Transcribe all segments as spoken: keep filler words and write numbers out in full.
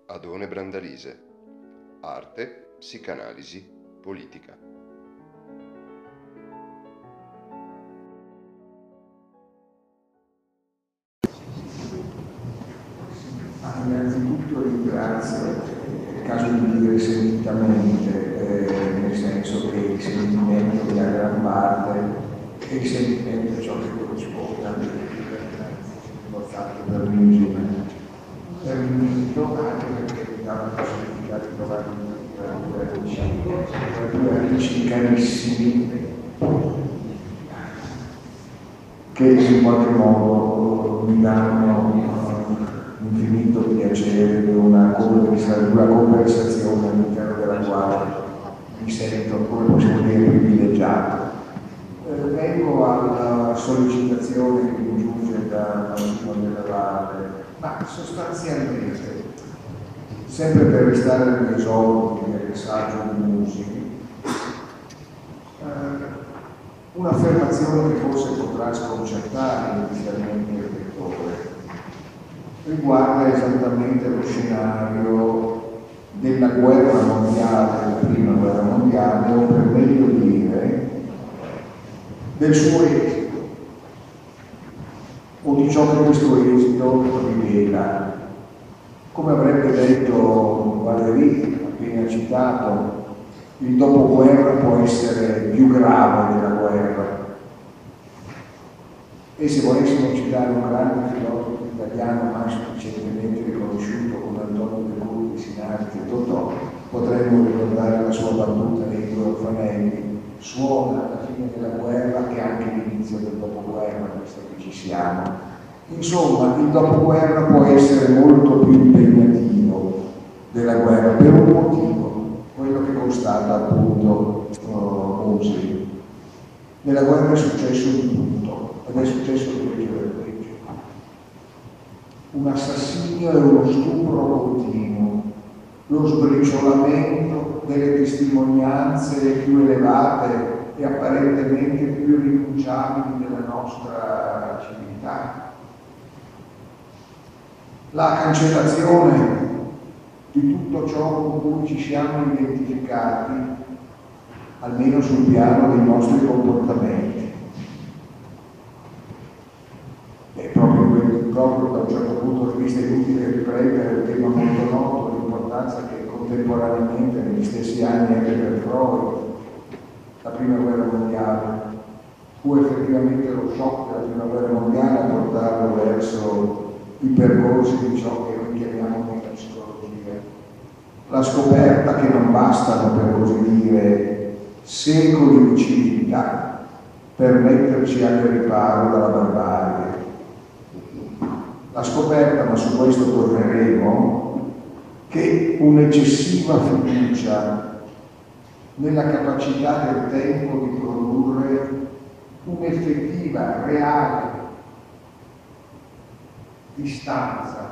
Adone Brandalise. Arte, psicanalisi, politica. Innanzitutto ringrazio, è il caso di dire sentitamente, eh, nel senso che il sentimento che a gran parte è il sentimento ciò che corrisponde al fatto per l'invito, per l'invito anche perché mi dà la possibilità di trovare due amici carissimi che in qualche modo mi danno infinito piacere di una, una conversazione all'interno della quale mi sento, come possiamo dire, privilegiato. Eh, vengo alla sollecitazione che mi giunge da Massimo della Valle, ma sostanzialmente, sempre per restare nell'esordio del saggio di Musi, eh, un'affermazione che forse potrà sconcertare inizialmente il lettore riguarda esattamente lo scenario della guerra mondiale, della prima guerra mondiale, o per meglio dire del suo esito, o di ciò che questo esito rivela. Come avrebbe detto Valéry, appena citato, il dopoguerra può essere più grave della guerra. E se volessimo citare un grande filosofo italiano mai sufficientemente riconosciuto come Antonio De Curtis in Arte e Totò, potremmo ricordare la sua battuta nei due orfanelli: suona alla fine della guerra che anche l'inizio del dopoguerra, visto che ci siamo. Insomma, il dopoguerra può essere molto più impegnativo della guerra per un motivo, quello che constata appunto uh, Musi. Nella guerra è successo di tutto, ed è successo il peggio del peggio. Un assassinio e uno stupro continuo, lo sbriciolamento delle testimonianze più elevate e apparentemente più irrinunciabili della nostra civiltà, la cancellazione di tutto ciò con cui ci siamo identificati, almeno sul piano dei nostri comportamenti. E proprio, proprio da un certo punto di vista è inutile riprendere un tema molto noto, l'importanza che contemporaneamente negli stessi anni anche per Freud, la prima guerra mondiale, fu effettivamente lo shock della prima guerra mondiale a portarlo verso i percorsi di ciò che noi chiamiamo metapsicologia. La scoperta che non bastano, per così dire, secoli di civiltà per metterci al riparo dalla barbarie. La scoperta, ma su questo torneremo, che un'eccessiva fiducia nella capacità del tempo di produrre un'effettiva, reale distanza,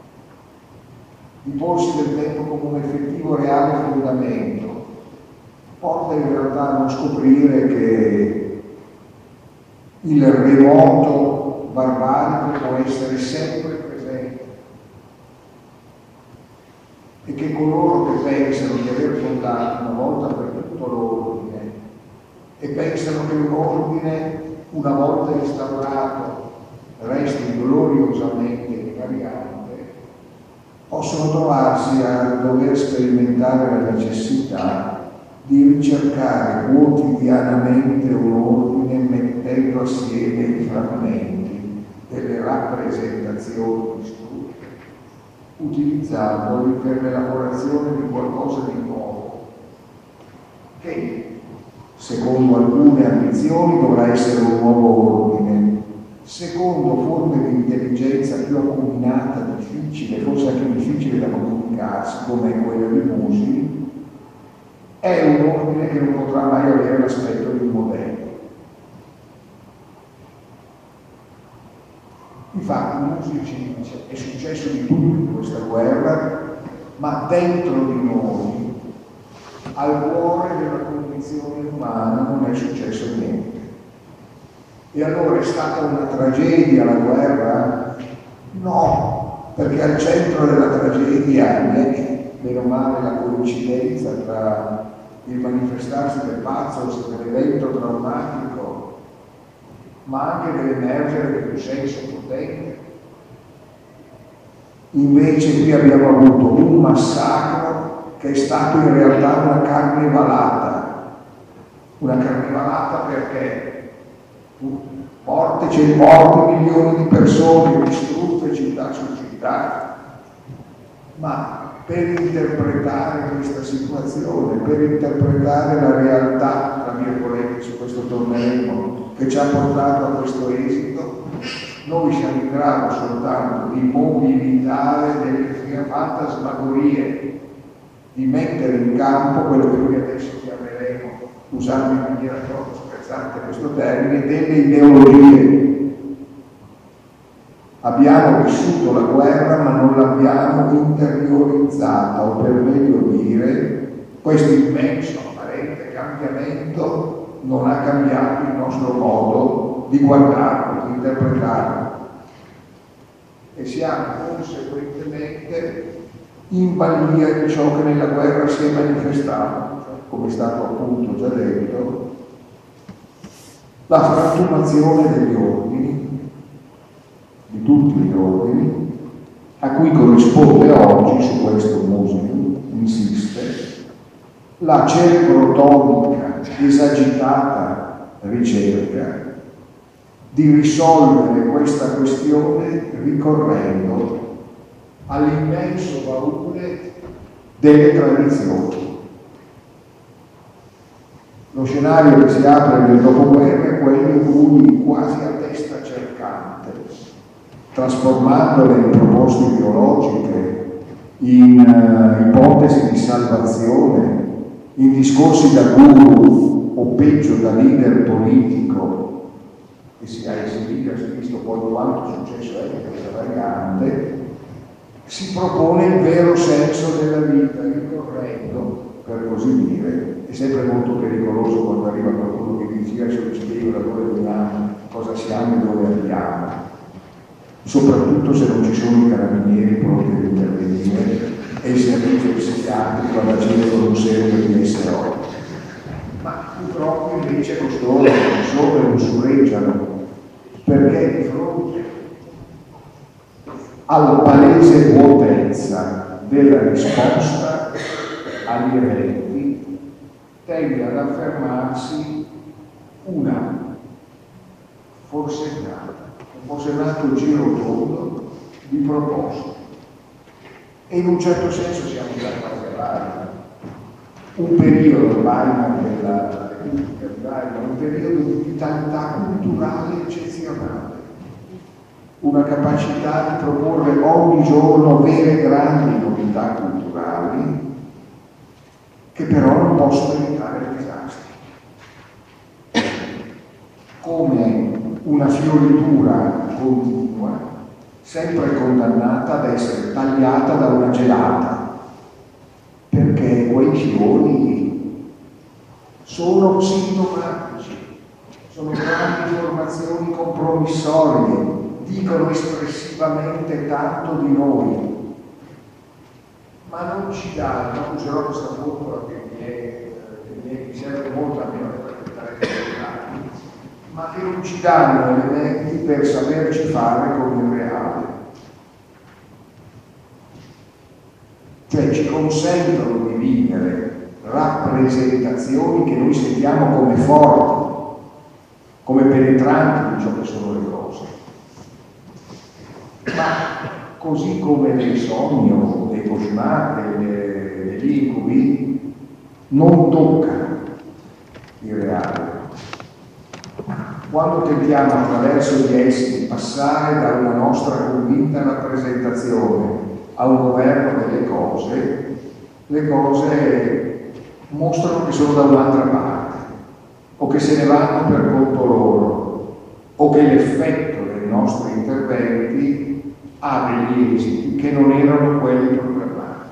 di porsi del tempo come un effettivo, reale fondamento, porta in realtà a non scoprire che il remoto barbarico può essere sempre presente e che coloro che pensano di aver fondato una volta per tutto l'ordine e pensano che un ordine, una volta instaurato, resti gloriosamente invariante, possono trovarsi a dover sperimentare la necessità di ricercare quotidianamente un ordine mettendo assieme i frammenti delle rappresentazioni distrutte, utilizzandoli per l'elaborazione di qualcosa di nuovo, che, secondo alcune ambizioni, dovrà essere un nuovo ordine, secondo forme di intelligenza più accomunata, difficile, forse anche difficile da comunicarsi, come quella di Musi, è un ordine che non potrà mai avere l'aspetto di un modello. Infatti Musi ci dice: è successo di tutto in questa guerra, ma dentro di noi, al cuore della condizione umana, non è successo niente. E allora è stata una tragedia la guerra? No, perché al centro della tragedia è, meno male, la coincidenza tra il manifestarsi del pathos dell'evento traumatico, ma anche dell'emergere di un senso potente. Invece qui abbiamo avuto un massacro che è stato in realtà una carnevalata, una carnevalata perché morte, c'è morti milioni di persone, distrutte città su città, ma per interpretare questa situazione, per interpretare la realtà, tra virgolette, su questo torneremo, che ci ha portato a questo esito, noi siamo in grado soltanto di mobilitare delle fantasmagorie, di mettere in campo quello che noi adesso chiameremo, usando in maniera troppo scherzante questo termine, delle ideologie. Abbiamo vissuto la guerra ma non l'abbiamo interiorizzata, o per meglio dire, questo immenso apparente cambiamento non ha cambiato il nostro modo di guardarlo, di interpretarlo. E siamo conseguentemente in balia di ciò che nella guerra si è manifestato, come è stato appunto già detto, la frantumazione degli ordini, di tutti gli ordini, a cui corrisponde oggi, su questo Musil insiste, la cerebrotonica, esagitata ricerca di risolvere questa questione ricorrendo all'immenso baule delle tradizioni. Lo scenario che si apre nel dopoguerra è quello in cui, quasi a testa cercante, trasformandole in proposte ideologiche, in uh, ipotesi di salvazione, in discorsi da guru o peggio da leader politico, che si è esibito, si è visto poi quanto successo è in questa variante, si propone il vero senso della vita, ricorrendo, per così dire, è sempre molto pericoloso quando arriva qualcuno che dice adesso ci spiego da dove veniamo, cosa siamo e dove andiamo, soprattutto se non ci sono i carabinieri pronti ad intervenire e il servizio psichiatrico ad agire con un serio di S O. Ma purtroppo invece costoro non solo non sureggiano, perché di fronte alla palese vuotezza della risposta agli eventi tende ad affermarsi una forsennata, un forsennato giro tondo di proposte. E in un certo senso siamo già particolari. Un periodo ormai della Repubblica di Weimar, un periodo di vitalità culturale eccezionale, una capacità di proporre ogni giorno vere grandi novità culturali che però non possono evitare il disastro. Come una fioritura continua, sempre condannata ad essere tagliata da una gelata, perché quei fiori sono sintomatici, sono grandi formazioni compromissorie, dicono espressivamente tanto di noi, ma non ci danno, userò questa formula che mi, è, che mi serve molto a me per interpretare i risultati, ma che non ci danno elementi per saperci fare con il reale. Cioè ci consentono di vivere rappresentazioni che noi sentiamo come forti, come penetranti di ciò che sono le cose. Ma così come nel sogno, nei cauchemar, negli incubi, non toccano il reale. Quando tentiamo attraverso di essi di passare da una nostra convinta rappresentazione a un governo delle cose, le cose mostrano che sono da un'altra parte, o che se ne vanno per conto loro, o che l'effetto dei nostri interventi ha degli esiti che non erano quelli programmati.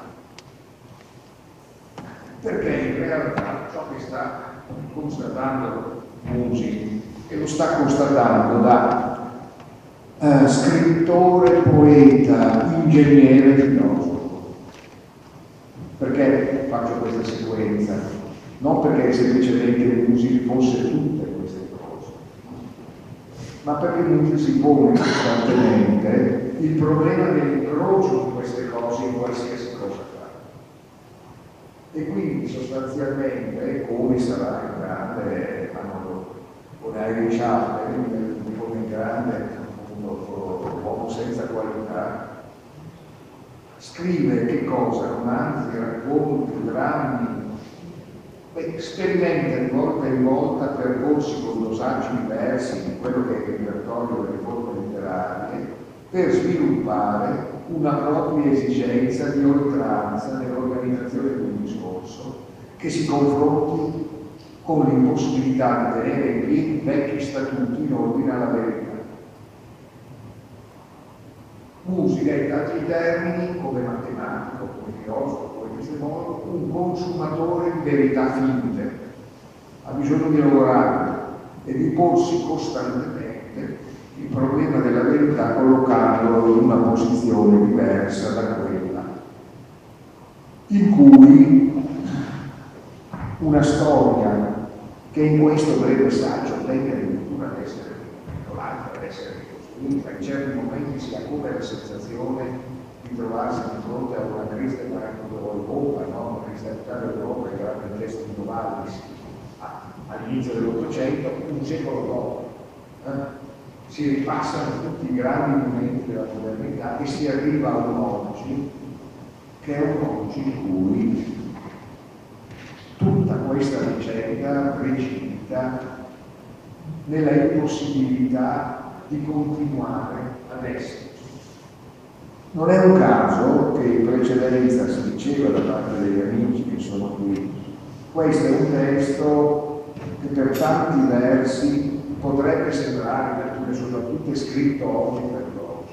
Perché in realtà ciò che sta constatando Musil, e lo sta constatando da eh, scrittore, poeta, ingegnere, filosofo. Perché faccio questa sequenza? Non perché semplicemente Musi fosse tutte queste cose, ma perché Musi si pone costantemente il problema dell'incrocio di queste cose in qualsiasi cosa fa. E quindi sostanzialmente, come sarà il grande Bonaire Chaplin, come il grande appunto, uomo senza qualità, scrive che cosa? Romanzi, racconti, drammi, beh, sperimenta di volta in volta percorsi con dosaggi diversi di quello che è il repertorio delle forme letterarie per sviluppare una propria esigenza di oltranza nell'organizzazione di un discorso che si confronti con l'impossibilità di tenere in piedi vecchi statuti in ordine alla verità. Musica, in altri termini, come matematico, come filosofo, come epistemologo, un consumatore di verità finte, ha bisogno di lavorare e di porsi costantemente il problema della verità collocandolo in una posizione diversa da quella in cui una storia che in questo breve saggio tende addirittura ad essere vincolata, ad essere ricostruita, in certi momenti si ha come la sensazione di trovarsi di fronte a una crisi d'Europa, no? Una crisi d'Europa, il grande testo di Novalis all'inizio dell'Ottocento, un secolo dopo. Eh? Si ripassano tutti i grandi momenti della modernità e si arriva a un oggi che è un oggi in cui tutta questa vicenda precipita nella impossibilità di continuare ad esserci. Non è un caso che in precedenza si diceva da parte degli amici che sono qui, questo è un testo che per tanti versi potrebbe sembrare, perché sono tutte scritto oggi per oggi.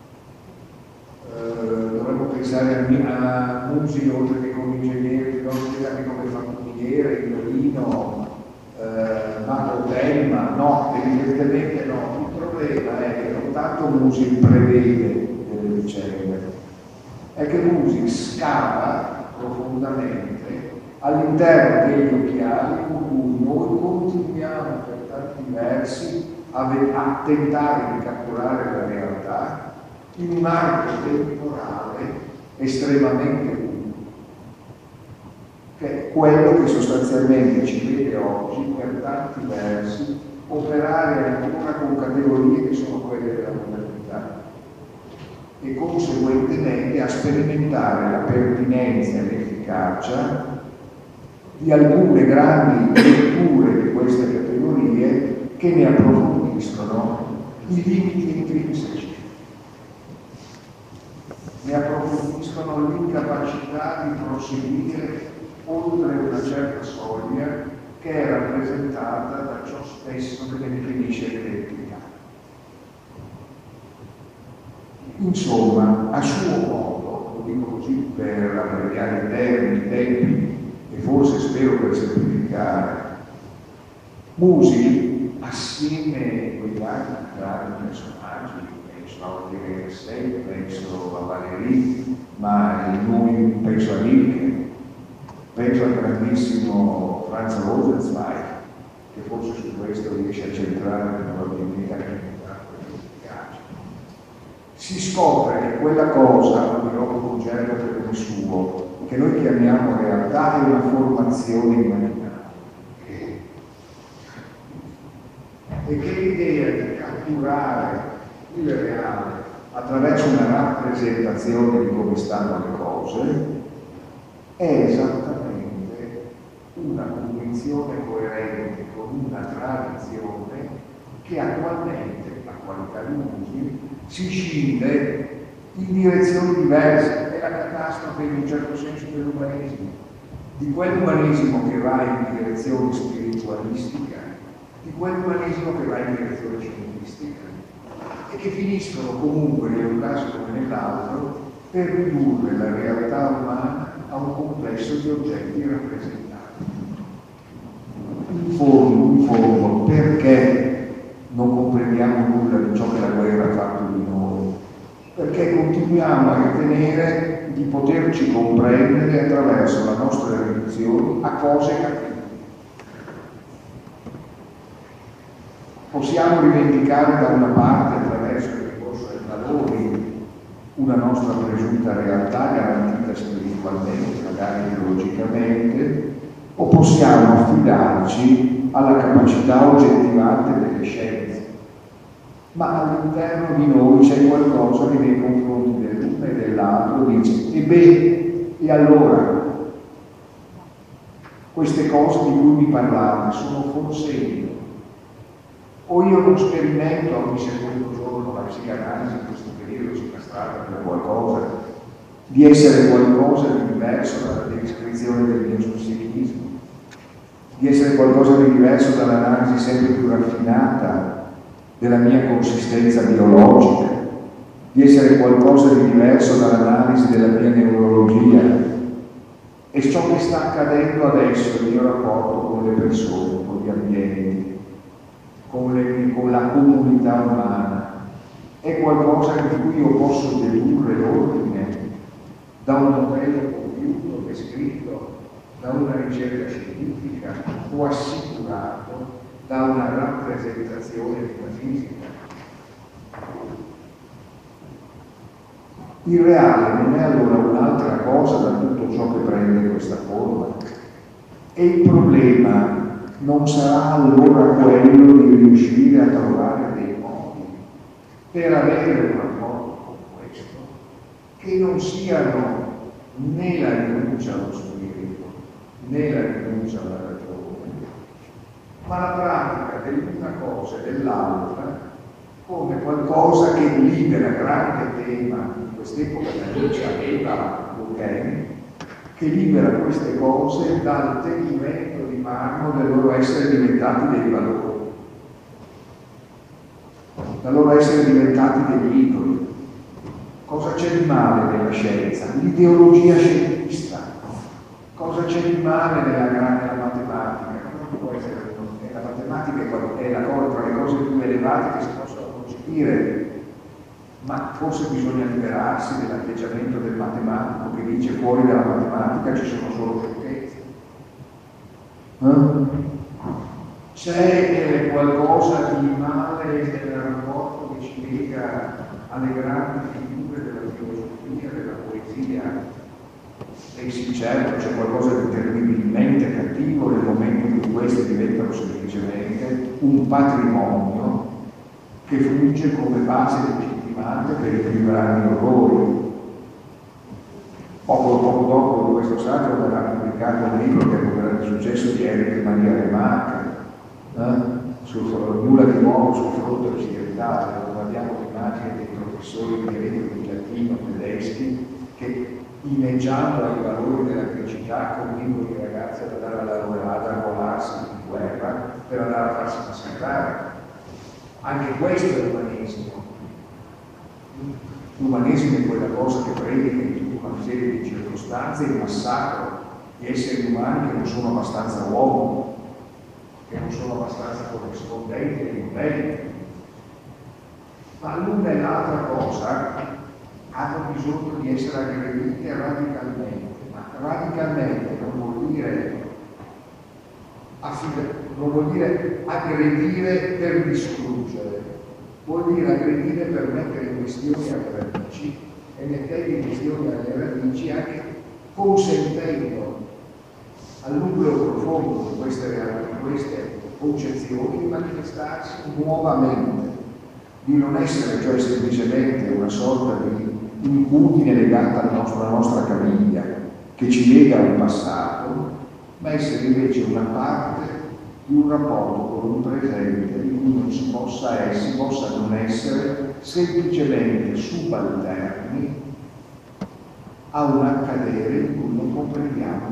Eh, dovremmo pensare a, a Musi oltre che come ingegnere, filosofi, anche come fattumiere, indovino, eh, macrotemma, no, evidentemente no. Il problema è che non tanto Musi prevede delle vicende, è che Musi scava profondamente all'interno degli occhiali con cui noi continuiamo per tanti versi a, a tentare di catturare la realtà in un arco temporale estremamente unico, che è quello che sostanzialmente ci vede oggi per tanti versi operare ancora con categorie che sono quelle della modernità e conseguentemente a sperimentare la pertinenza e l'efficacia di alcune grandi letture di queste categorie che ne approfondiscono i limiti intrinseci, ne approfondiscono l'incapacità di proseguire oltre una certa soglia che è rappresentata da ciò stesso che ne definisce l'identità. Insomma, a suo modo, lo dico così per abbreviare i termini, i tempi, e forse spero per semplificare, Musi, assieme a quei grandi, grandi personaggi, penso a Olivier Gasset, penso a Valéry, ma i nomi, penso a Rilke, penso al grandissimo Franz Rosenzweig, che forse su questo riesce a centrare probabilmente anche efficace. Si scopre che quella cosa, lo dirò con un gergo per il suo, che noi chiamiamo realtà, è una formazione immaginaria. E che l'idea di catturare il reale attraverso una rappresentazione di come stanno le cose è esattamente una convinzione coerente con una tradizione che attualmente, la qualità di Musi, si scinde in direzioni diverse. È la catastrofe in un certo senso dell'umanesimo, di quell'umanesimo che va in direzione spiritualistica, di quell'umanesimo che va in direzione scientifica e che finiscono comunque, in un caso come nell'altro, per ridurre la realtà umana a un complesso di oggetti rappresentati. In fondo, in fondo, perché non comprendiamo nulla di ciò che la guerra fa perché continuiamo a ritenere di poterci comprendere attraverso la nostra religione a cose cattive. Possiamo rivendicare da una parte, attraverso il ricorso ai valori, una nostra presunta realtà garantita spiritualmente, magari ideologicamente, o possiamo affidarci alla capacità oggettivante delle scienze. Ma all'interno di noi c'è qualcosa che nei confronti dell'uno e dell'altro dice: e beh, e allora? Queste cose di cui mi parlate sono forse io? O io non sperimento ogni secondo giorno la psicanalisi in questo periodo scastrata per qualcosa, di essere qualcosa di diverso dalla descrizione del mio psichismo, di essere qualcosa di diverso dall'analisi sempre più raffinata della mia consistenza biologica, di essere qualcosa di diverso dall'analisi della mia neurologia. E ciò che sta accadendo adesso nel mio rapporto con le persone, con gli ambienti, con, le, con la comunità umana, è qualcosa di cui io posso dedurre l'ordine da un modello compiuto, descritto, da una ricerca scientifica o assicurato da una rappresentazione di una fisica. Il reale non è allora un'altra cosa da tutto ciò che prende questa forma? E il problema non sarà allora quello di riuscire a trovare dei modi per avere un rapporto con questo, che non siano né la rinuncia allo spirito, né la rinuncia alla ragione, ma la pratica dell'una cosa e dell'altra come qualcosa che libera, grande tema di quest'epoca da Nietzsche aveva Durkheim, che libera queste cose dal tenimento di mano del loro essere diventati dei valori, dal loro essere diventati degli idoli. Cosa c'è di male nella scienza? L'ideologia scientista. Cosa c'è di male nella grande matematica? Non può essere, la matematica è la cosa tra le cose più elevate che si possono concepire, ma forse bisogna liberarsi dell'atteggiamento del matematico che dice fuori dalla matematica ci sono solo sciocchezze. Eh? C'è qualcosa di male nel rapporto che ci lega alle grandi figure della filosofia, della poesia? E sì, certo, c'è qualcosa di terribilmente cattivo nel momento in cui queste diventano semplicemente un patrimonio che funge come base legittimante per i più grandi orrori. Poco, poco dopo questo saggio verrà pubblicato un libro che ha un grande successo di Erich Maria Remarque, eh? Sul, nulla di nuovo sul fronte occidentale, dove abbiamo l'immagine dei professori di latino tedeschi che, inneggiando ai valori della grecità, convincono i ragazzi ad andare alla laureata, a arruolarsi in guerra per andare a farsi massacrare. Anche questo è l'umanesimo. L'umanesimo è quella cosa che predica in tutta una serie di circostanze il massacro di esseri umani che non sono abbastanza uomini, che non sono abbastanza corrispondenti e ribelli. Ma l'una e l'altra cosa hanno bisogno di essere aggredite radicalmente, ma radicalmente non vuol dire, non vuol dire aggredire per distruggere, vuol dire aggredire per mettere in questione alle radici, e mettendo in questione alle radici anche consentendo al nucleo profondo di queste, di queste concezioni di manifestarsi nuovamente, di non essere cioè semplicemente una sorta di incudine legata al nostro, alla nostra famiglia che ci lega a un passato, ma essere invece una parte di un rapporto con un presente di cui non si possa essere, si possa non essere semplicemente subalterni a un accadere di cui non comprendiamo.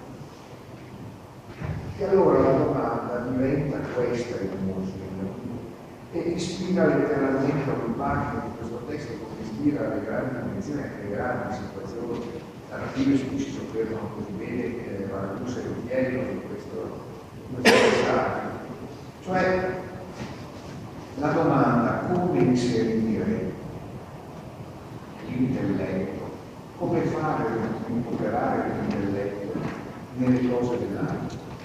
E allora la domanda diventa questa in mio segno, e ispira letteralmente ogni pagina di questo testo, come ispira le grandi dimensioni, anche le grandi situazioni narrative su cui si soffermano così bene eh, Ragusa e Rubiello in questo messaggio. Cioè, la domanda come inserire l'intelletto, come fare ad operare l'intelletto nelle cose dell'anima,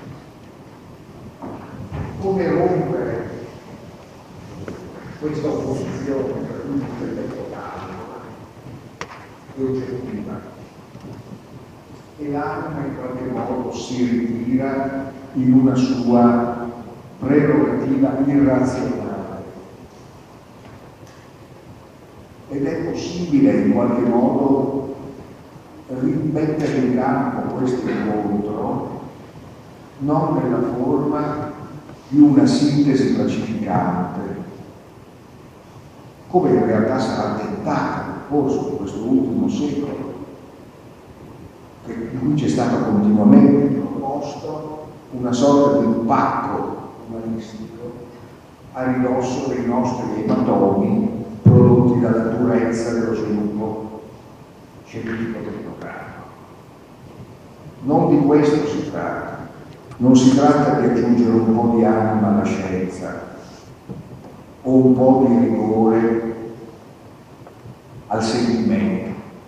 come rompere questa opposizione tra l'intelletto carico e oggettiva, e l'anima in qualche modo si ritira in una sua prerogativa irrazionale. Ed è possibile in qualche modo rimettere in campo questo incontro non nella forma di una sintesi pacificante, come in realtà sarà tentato nel corso di questo ultimo secolo, in cui c'è stato continuamente proposto una sorta di pacco umanistico a ridosso dei nostri ematomi prodotti dalla durezza dello sviluppo scientifico-tecnocratico. Non di questo si tratta. Non si tratta di aggiungere un po' di anima alla scienza o un po' di rigore al sentimento.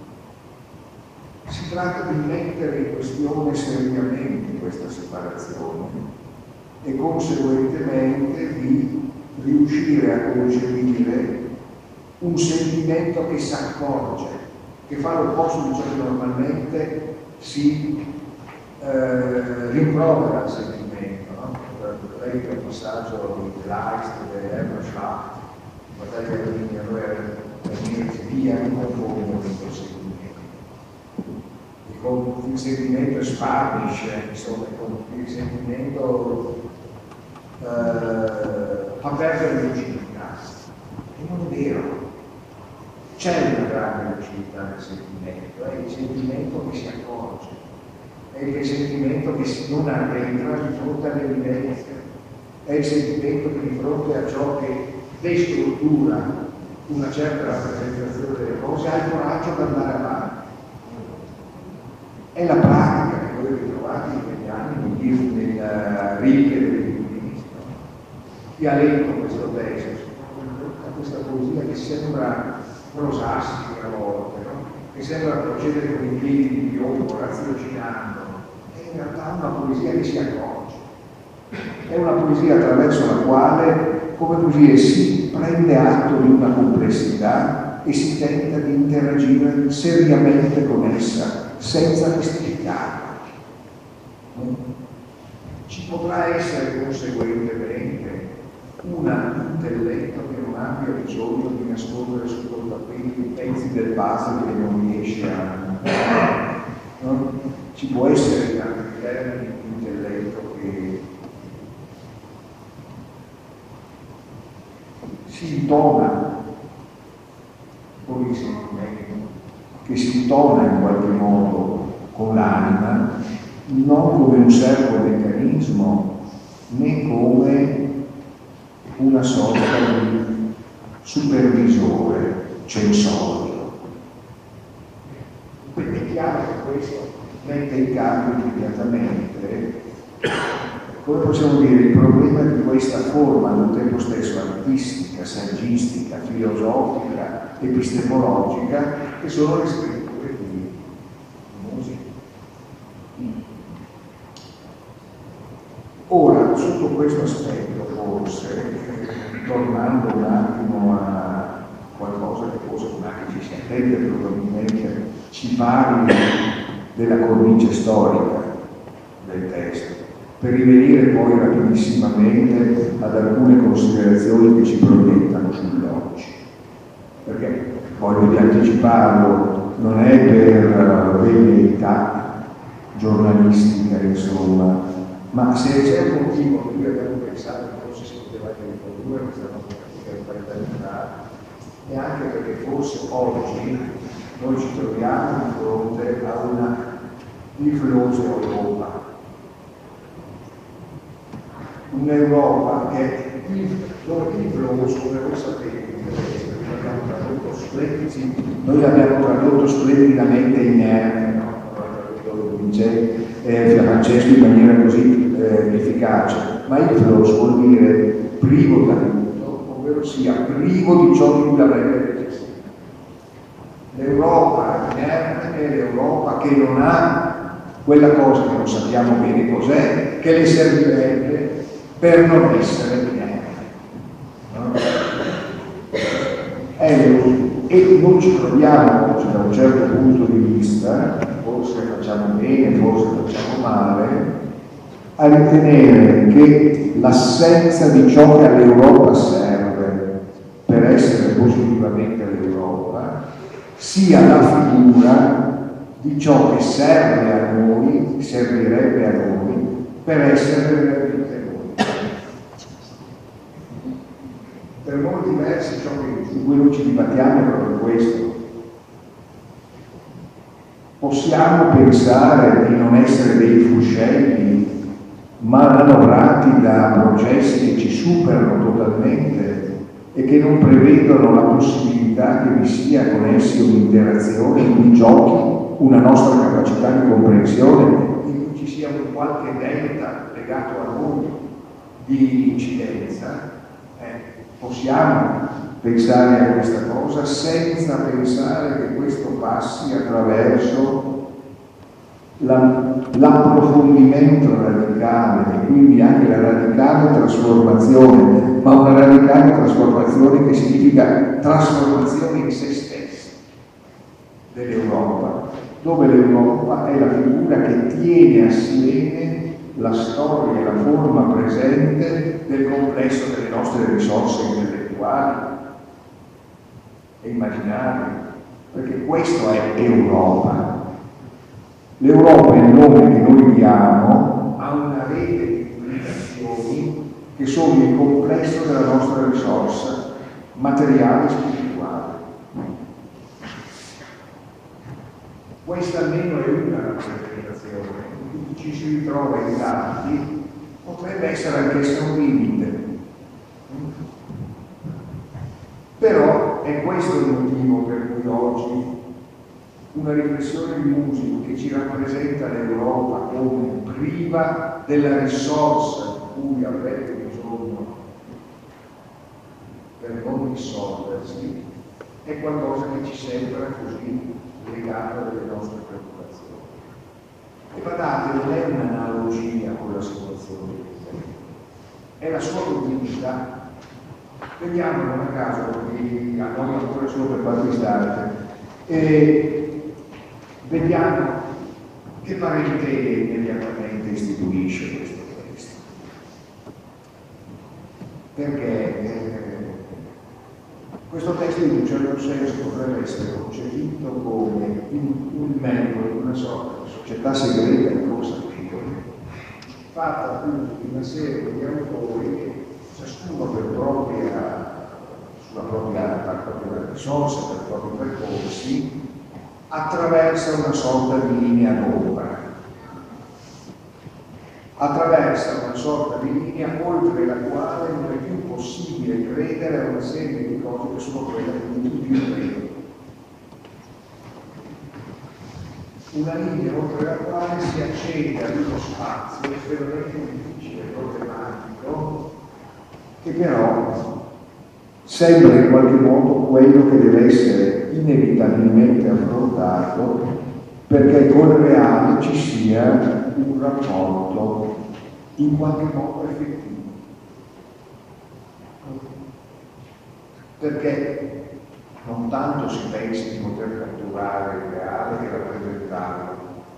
Si tratta di mettere in questione seriamente questa separazione e conseguentemente di riuscire a concepire un sentimento che si accorge, che fa l'opposto di ciò che normalmente si eh, rimprovera al sentimento, no? Lei che è un passaggio di Kleist, di Hermann Schlacht, battaglia di Vigna, noi eravamo via, non confondono questo sentimento. E con il sentimento sparnisce, insomma, con il sentimento eh, fa perdere la lucidità. E non è vero. C'è una grande lucidità nel sentimento, è il sentimento che si accorge, è il sentimento che si non arretra di fronte alle evidenze, è il sentimento che di fronte a ciò che destruttura una certa rappresentazione delle cose ha il coraggio di andare avanti. È la pratica che voi ritrovate in quegli anni nel Rilke dell'illuminismo. Chi ha letto questo testo, questa poesia che sembra prosastica a volte, no? Che sembra procedere con i piedi di piombo, raziocinando, è in realtà una poesia che si accorge. È una poesia attraverso la quale, come così, si prende atto di una complessità e si tenta di interagire seriamente con essa, senza mistificarla. Ci potrà essere conseguentemente un intelletto che non abbia bisogno di nascondere sotto il tappeto i pezzi del puzzle che non riesce a... No? Ci può essere in altri termini un intelletto che si intona con il sentimento, che si intona in qualche modo con l'anima, non come un servo meccanismo, né come una sorta di supervisore censorio. Quindi è chiaro che questo mette in campo immediatamente, come possiamo dire, il problema di questa forma al tempo stesso artistica, saggistica, filosofica, epistemologica, che sono le scritture di musica. Ora, sotto questo aspetto, forse, tornando un attimo a qualcosa che forse anche ci si attende, probabilmente ci parli della cornice storica del testo, per rivenire poi rapidissimamente ad alcune considerazioni che ci proiettano sull'oggi. Perché, voglio di anticiparlo, non è per velleità giornalistica, insomma, ma se c'è un motivo che noi abbiamo pensato che forse si poteva anche riprodurre questa nostra pratica di parità, e anche perché forse oggi noi ci troviamo di fronte a una influenza Europa. Un'Europa che dove influenza, come voi sapete, noi abbiamo tradotto splendidi, noi abbiamo tradotto splendidamente in Erne, no? Dice eh, Francesco in maniera così eh, efficace, ma il flows vuol dire privo di aiuto, ovvero sia privo di ciò di cui avrebbe necessità. L'Europa inerme è l'Europa che non ha quella cosa che non sappiamo bene cos'è, che le servirebbe per non essere inerme. No? E noi ci troviamo oggi da un certo punto di vista, forse facciamo bene, forse facciamo male, a ritenere che l'assenza di ciò che all'Europa serve per essere positivamente l'Europa sia la figura di ciò che serve a noi, servirebbe a noi, per essere veramente noi. Per molti versi ciò che, su cui noi ci dibattiamo è proprio questo. Possiamo pensare di non essere dei fuscelli malavrati da processi che ci superano totalmente e che non prevedono la possibilità che vi sia con essi un'interazione in cui giochi una nostra capacità di comprensione, in cui ci sia un qualche delta legato a noi di incidenza. Eh, possiamo pensare a questa cosa senza pensare che questo passi attraverso l'approfondimento radicale e quindi anche la radicale trasformazione, ma una radicale trasformazione che significa trasformazione in se stessi dell'Europa, dove l'Europa è la figura che tiene assieme la storia e la forma presente del complesso delle nostre risorse intellettuali e immaginarie, perché questo è Europa. L'Europa è il nome che noi diamo a una rete di implicazioni che sono il complesso della nostra risorsa materiale e spirituale. Questa almeno è una rappresentazione, in cui ci si ritrova in tanti, potrebbe essere anch'essa un limite. Però è questo il motivo per cui oggi una riflessione di Musico che ci rappresenta l'Europa come priva della risorsa di cui avrebbe bisogno per non dissolversi è qualcosa che ci sembra così legato alle nostre preoccupazioni. E badate, non è un'analogia con la situazione è la sua continuità. Vediamo non a caso, perché a noi ancora solo per qualche istante, e vediamo che parentela immediatamente istituisce questo testo. Perché eh, questo testo in un certo senso potrebbe essere concepito come un membro di una sorta di società segreta inconsapevole, fatta appunto di una serie di autori che ciascuno per propria, sulla propria, per propria risorsa, per i propri percorsi, attraversa una sorta di linea d'ombra, attraversa una sorta di linea oltre la quale non è più possibile credere a una serie di cose che sono quelle che tutti più credono. Una linea oltre la quale si accede ad uno spazio estremamente difficile e problematico, che però sembra in qualche modo quello che deve essere inevitabilmente affrontato perché col reale ci sia un rapporto in qualche modo effettivo. Perché non tanto si pensi di poter catturare il reale che rappresentarlo,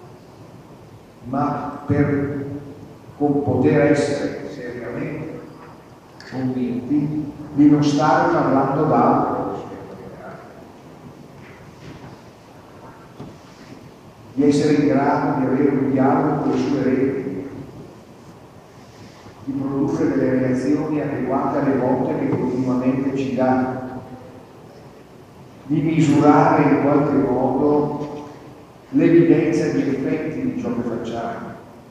ma per poter essere seriamente convinti di non stare parlando d'altro, di essere in grado di avere un dialogo con le sue reti, di produrre delle reazioni adeguate alle volte che continuamente ci dà, di misurare in qualche modo l'evidenza di effetti di ciò che facciamo.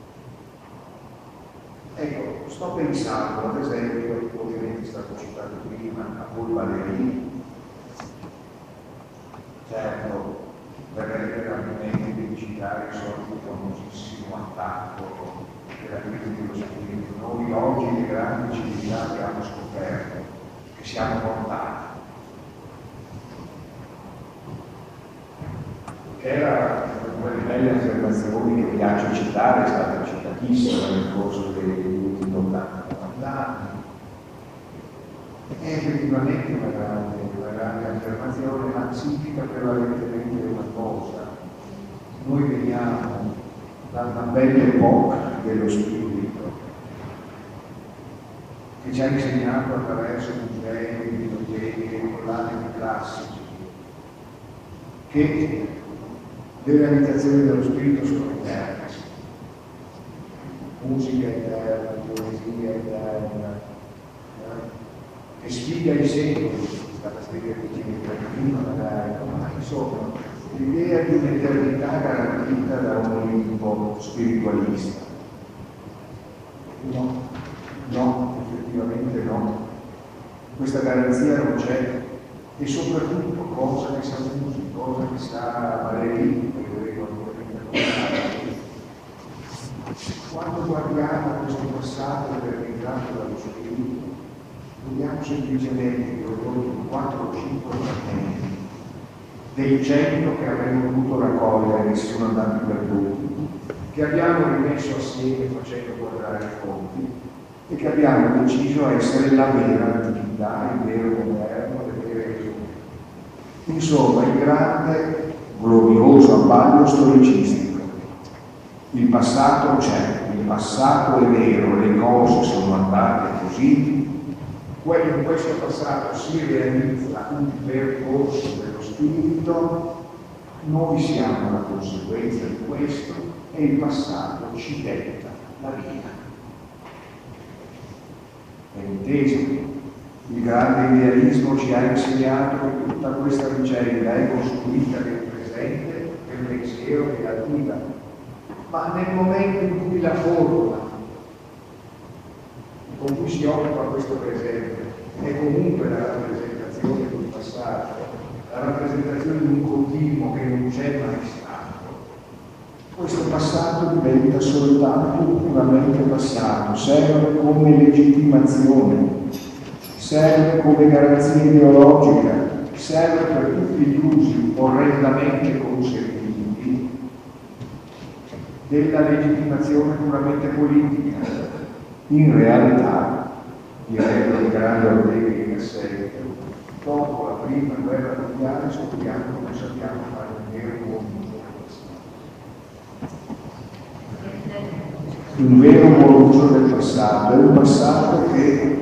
Ecco, sto pensando, ad esempio, ovviamente è stato citato prima, a Paul Valéry, certo, verrebbe l'argomento di citare il solito famosissimo attacco della crisi dello spirito. Noi oggi le grandi civiltà abbiamo scoperto che siamo mortali. che era una delle belle affermazioni che piace citare, è stata citatissima nel corso degli ultimi ottanta anni. È effettivamente una grande, una grande affermazione, ma significa prevalentemente una cosa. Noi veniamo da una bella epoca dello spirito che ci ha insegnato attraverso musei, biblioteche, collane di classici, che le realizzazioni dello spirito sono eterne. Musica eterna, poesia eterna, che sfida i secoli, è stata scritta prima magari, ma insomma, l'idea di un'eternità garantita da un Olimpo spiritualista. No, no, effettivamente no. Questa garanzia non c'è, e soprattutto cosa che sa musica, cosa che sa Valerio, quando guardiamo questo passato realizzato dallo spirito, vediamo semplicemente che ho tolto quattro o cinque fragmenti dei cento che avremmo dovuto raccogliere, che sono andati perduti, che abbiamo rimesso assieme facendo guardare i conti e che abbiamo deciso essere la vera antichità, il vero moderno, le vere risorse. Insomma, il grande, glorioso abbaglio storicistico. Il passato c'è, il passato è vero, le cose sono andate così. In questo passato si realizza un percorso dello spirito, noi siamo la conseguenza di questo e il passato ci detta la via. È inteso? Il grande idealismo ci ha insegnato che tutta questa vicenda è costruita nel presente per pensiero negativa, ma nel momento in cui la forma con cui si occupa questo presente è comunque la rappresentazione del passato, la rappresentazione di un continuo che non c'è mai stato, questo passato diventa soltanto puramente passato, serve come legittimazione, serve come garanzia ideologica, serve per tutti gli usi orrendamente consentiti della legittimazione puramente politica. In realtà, direbbero il grande Ortega y Gasset, dopo la prima guerra mondiale scopriamo che non sappiamo fare un vero buon uso del passato. Un vero buon uso del passato, è un passato che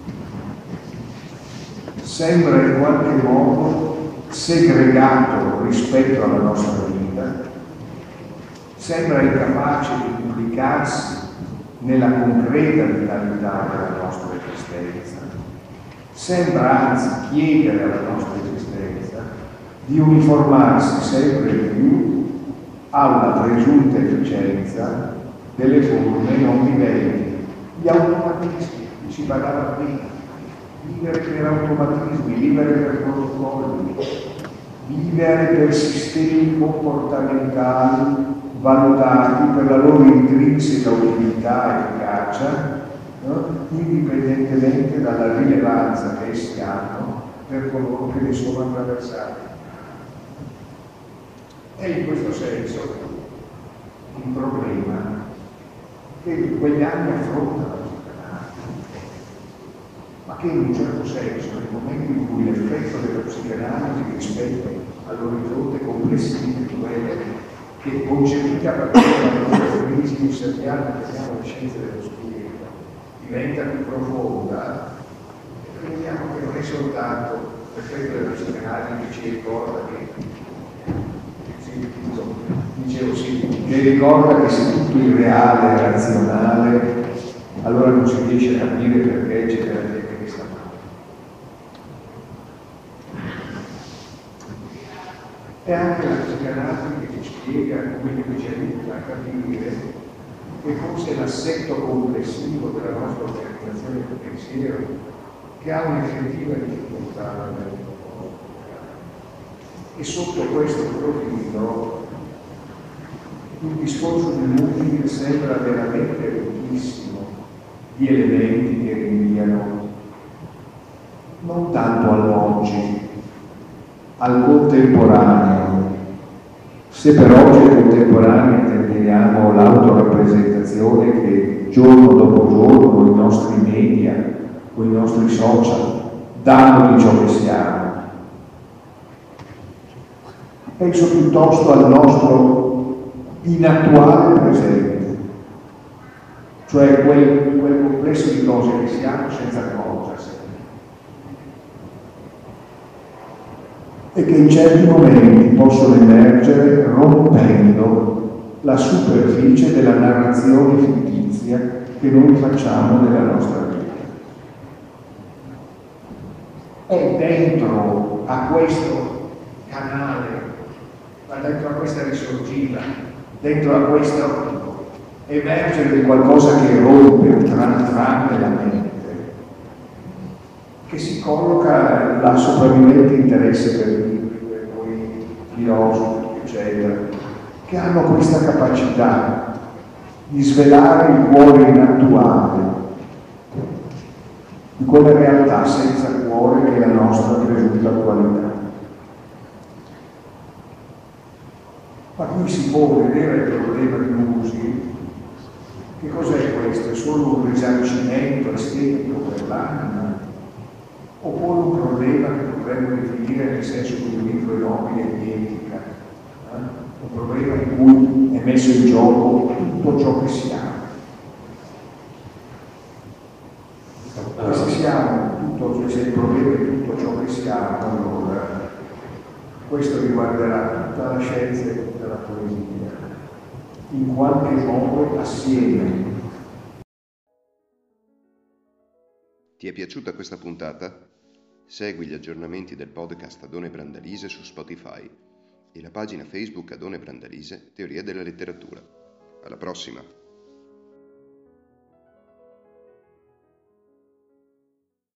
sembra in qualche modo segregato rispetto alla nostra vita, sembra incapace di implicarsi nella concreta vitalità della nostra esistenza, sembra anzi chiedere alla nostra esistenza di uniformarsi sempre di più alla presunta efficienza delle forme non viventi, gli automatismi, si parlava prima, vivere per automatismi, vivere per protocolli, vivere per sistemi comportamentali valutati per la loro intrinseca utilità e efficacia, no? Indipendentemente dalla rilevanza che essi hanno per coloro che ne sono attraversati. È in questo senso un problema che in quegli anni affronta la psicanalisi, ma che in un certo senso, nel momento in cui l'effetto della psicanalisi rispetto all'orizzonte complessivo di quelle che concepita a partire dalla nostra crisi osserviata che chiamiamo le scienze dello spirito, diventa più profonda, e vediamo che non è soltanto l'effetto della psicanalisi che ci ricorda che, sì, dicevo sì, che ricorda che se tutto il reale è razionale, allora non si riesce a capire perché c'è della gente che sta male. È anche la psicanalisi che ci spiega come ci aiuta a capire che forse l'assetto complessivo della nostra organizzazione del pensiero che ha un'effettiva difficoltà nel e sotto questo profilo il discorso di Munding sembra veramente ricchissimo di elementi che rinviano non tanto all'oggi, al contemporaneo, Se per oggi e contemporanea intendiamo l'autorappresentazione che giorno dopo giorno i nostri media o i nostri social danno di ciò che siamo, penso piuttosto al nostro inattuale presente, cioè quel, quel complesso di cose che siamo senza accorgersene e che in certi momenti possono emergere rompendo la superficie della narrazione fittizia che noi facciamo della nostra vita. È dentro a questo canale, dentro a questa risorgiva, dentro a questo emergere di qualcosa che rompe un tran tran della mente, che si colloca la sopravvivente interesse per i libri, per i filosofi, eccetera, che hanno questa capacità di svelare il cuore inattuale di quella realtà senza cuore che è la nostra presunta attualità. Ma qui si può vedere il problema di usi. Che cos'è questo? È solo un risarcimento estetico per l'anima? Oppure un problema che potremmo definire nel senso più libero e nobile di etica? Eh? Un problema in cui è messo in gioco tutto ciò che siamo. E se siamo tutto, cioè se il problema è tutto ciò che siamo, allora questo riguarderà tutta la scienza e tutta la poesia, in qualche modo assieme. Ti è piaciuta questa puntata? Segui gli aggiornamenti del podcast Adone Brandalise su Spotify e la pagina Facebook Adone Brandalise Teoria della letteratura. Alla prossima!